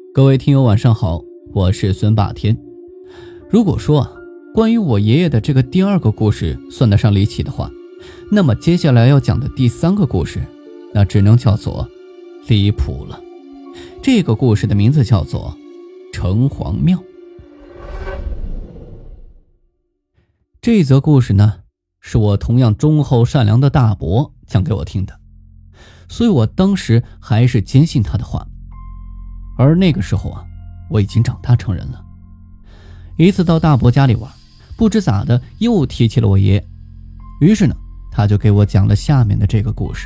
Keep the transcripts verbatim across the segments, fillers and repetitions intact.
各位听友晚上好，我是孙霸天。如果说啊，关于我爷爷的这个第二个故事算得上离奇的话，那么接下来要讲的第三个故事，那只能叫做离谱了。这个故事的名字叫做城隍庙。这则故事呢，是我同样忠厚善良的大伯讲给我听的，所以我当时还是坚信他的话。而那个时候啊，我已经长大成人了。一次到大伯家里玩，不知咋的又提起了我爷爷，于是呢，他就给我讲了下面的这个故事。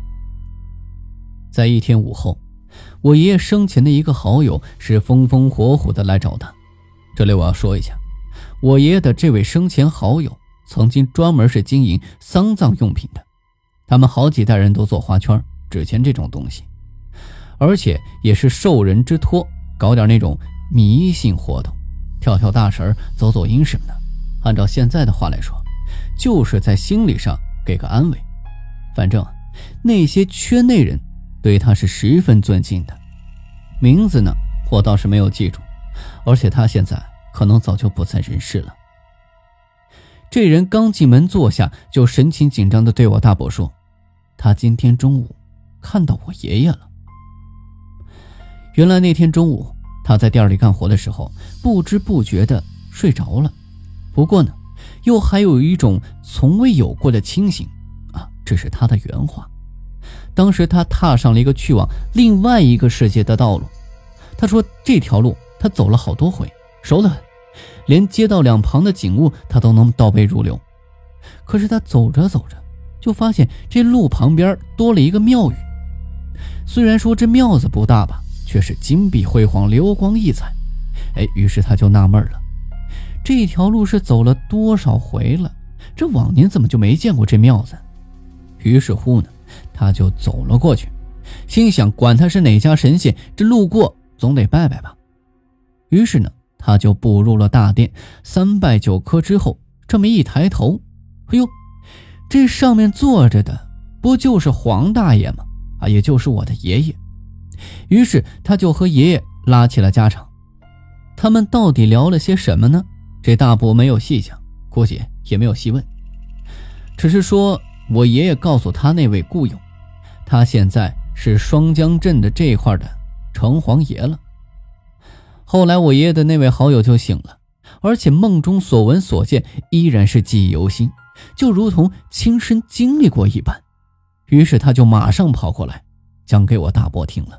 在一天午后，我爷爷生前的一个好友是风风火火的来找他。这里我要说一下，我爷爷的这位生前好友曾经专门是经营丧葬用品的，他们好几代人都做花圈、纸钱这种东西，而且也是受人之托搞点那种迷信活动，跳跳大神、走走阴什么的。按照现在的话来说，就是在心理上给个安慰。反正那些圈内人对他是十分尊敬的，名字呢我倒是没有记住，而且他现在可能早就不在人世了。这人刚进门坐下，就神情紧张地对我大伯说，他今天中午看到我爷爷了。原来那天中午他在店里干活的时候，不知不觉地睡着了，不过呢又还有一种从未有过的清醒啊，这是他的原话。当时他踏上了一个去往另外一个世界的道路，他说这条路他走了好多回，熟得很，连街道两旁的景物他都能倒背如流。可是他走着走着就发现这路旁边多了一个庙宇，虽然说这庙子不大吧，却是金碧辉煌，流光溢彩。哎，于是他就纳闷了，这条路是走了多少回了，这往年怎么就没见过这庙子？于是乎呢，他就走了过去，心想管他是哪家神仙，这路过总得拜拜吧。于是呢，他就步入了大殿，三拜九磕之后，这么一抬头，哎呦，这上面坐着的不就是黄大爷吗？啊，也就是我的爷爷。于是他就和爷爷拉起了家常，他们到底聊了些什么呢？这大伯没有细讲，估计也没有细问，只是说我爷爷告诉他那位故友，他现在是双江镇的这块的城隍爷了。后来我爷爷的那位好友就醒了，而且梦中所闻所见依然是记忆犹新，就如同亲身经历过一般。于是他就马上跑过来讲给我大伯听了。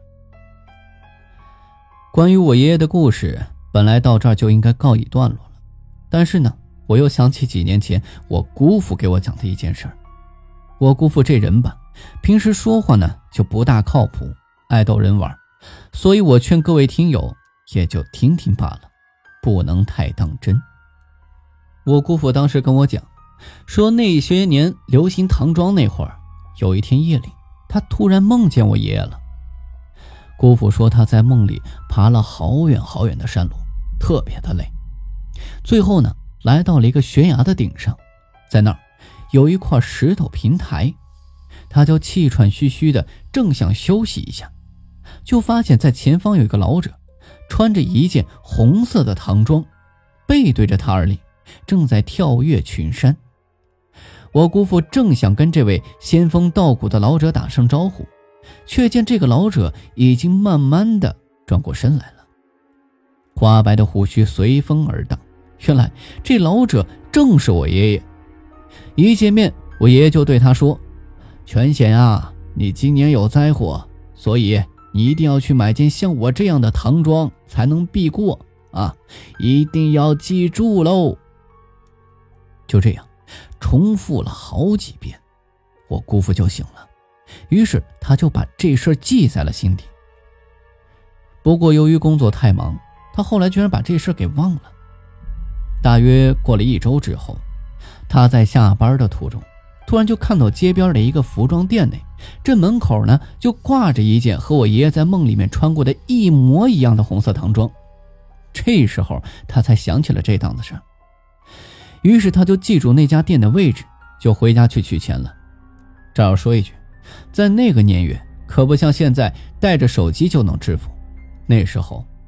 关于我爷爷的故事本来到这儿就应该告一段落了，但是呢，我又想起几年前我姑父给我讲的一件事儿。我姑父这人吧，平时说话呢就不大靠谱，爱逗人玩，所以我劝各位听友也就听听罢了，不能太当真。我姑父当时跟我讲说，那些年流行唐装那会儿，有一天夜里他突然梦见我爷爷了。姑父说他在梦里爬了好远好远的山路，特别的累，最后呢来到了一个悬崖的顶上，在那儿有一块石头平台，他就气喘吁吁的正想休息一下，就发现在前方有一个老者，穿着一件红色的唐装，背对着他而立，正在跳跃群山。我姑父正想跟这位仙风道骨的老者打声招呼，却见这个老者已经慢慢的转过身来了，花白的胡须随风而荡。原来这老者正是我爷爷。一见面，我爷爷就对他说，全贤啊，你今年有灾祸，所以你一定要去买件像我这样的唐装才能避过啊，一定要记住喽。就这样重复了好几遍，我姑父就醒了，于是他就把这事记在了心底。不过由于工作太忙，他后来居然把这事给忘了。大约过了一周之后，他在下班的途中，突然就看到街边的一个服装店内，这门口呢就挂着一件和我爷爷在梦里面穿过的一模一样的红色唐装。这时候他才想起了这档子事，于是他就记住那家店的位置，就回家去取钱了。这要说一句，在那个年月可不像现在带着手机就能支付，那时候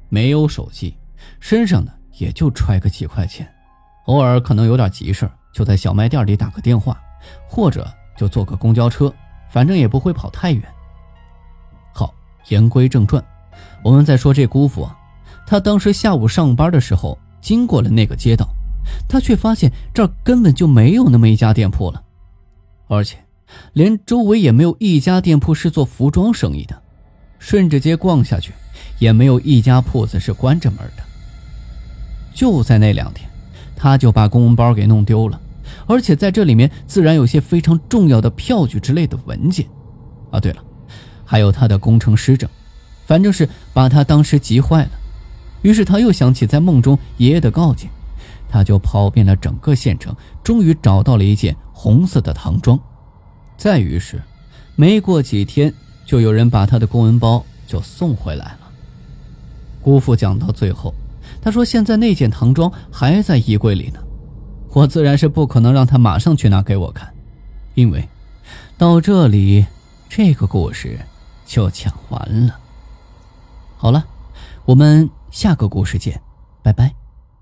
没有手机，身上呢也就揣个几块钱，偶尔可能有点急事就在小卖店里打个电话，或者就坐个公交车，反正也不会跑太远。好，言归正传，我们再说这姑父啊，他当时下午上班的时候经过了那个街道，他却发现这儿根本就没有那么一家店铺了，而且连周围也没有一家店铺是做服装生意的，顺着街逛下去也没有一家铺子是关着门的。就在那两天，他就把公文包给弄丢了，而且在这里面自然有些非常重要的票据之类的文件啊，对了，还有他的工程师证，反正是把他当时急坏了。于是他又想起在梦中爷爷的告诫，他就跑遍了整个县城，终于找到了一件红色的唐装。再于是没过几天，就有人把他的公文包就送回来了。姑父讲到最后，他说现在那件唐装还在衣柜里呢。我自然是不可能让他马上去拿给我看，因为到这里这个故事就讲完了。好了，我们下个故事见，拜拜。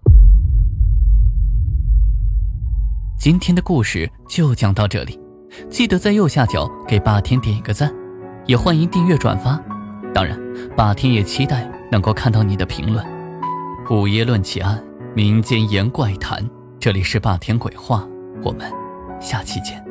今天的故事就讲到这里，记得在右下角给霸天点一个赞，也欢迎订阅转发。当然，霸天也期待能够看到你的评论。午夜论奇案，民间言怪谈，这里是霸天鬼话，我们下期见。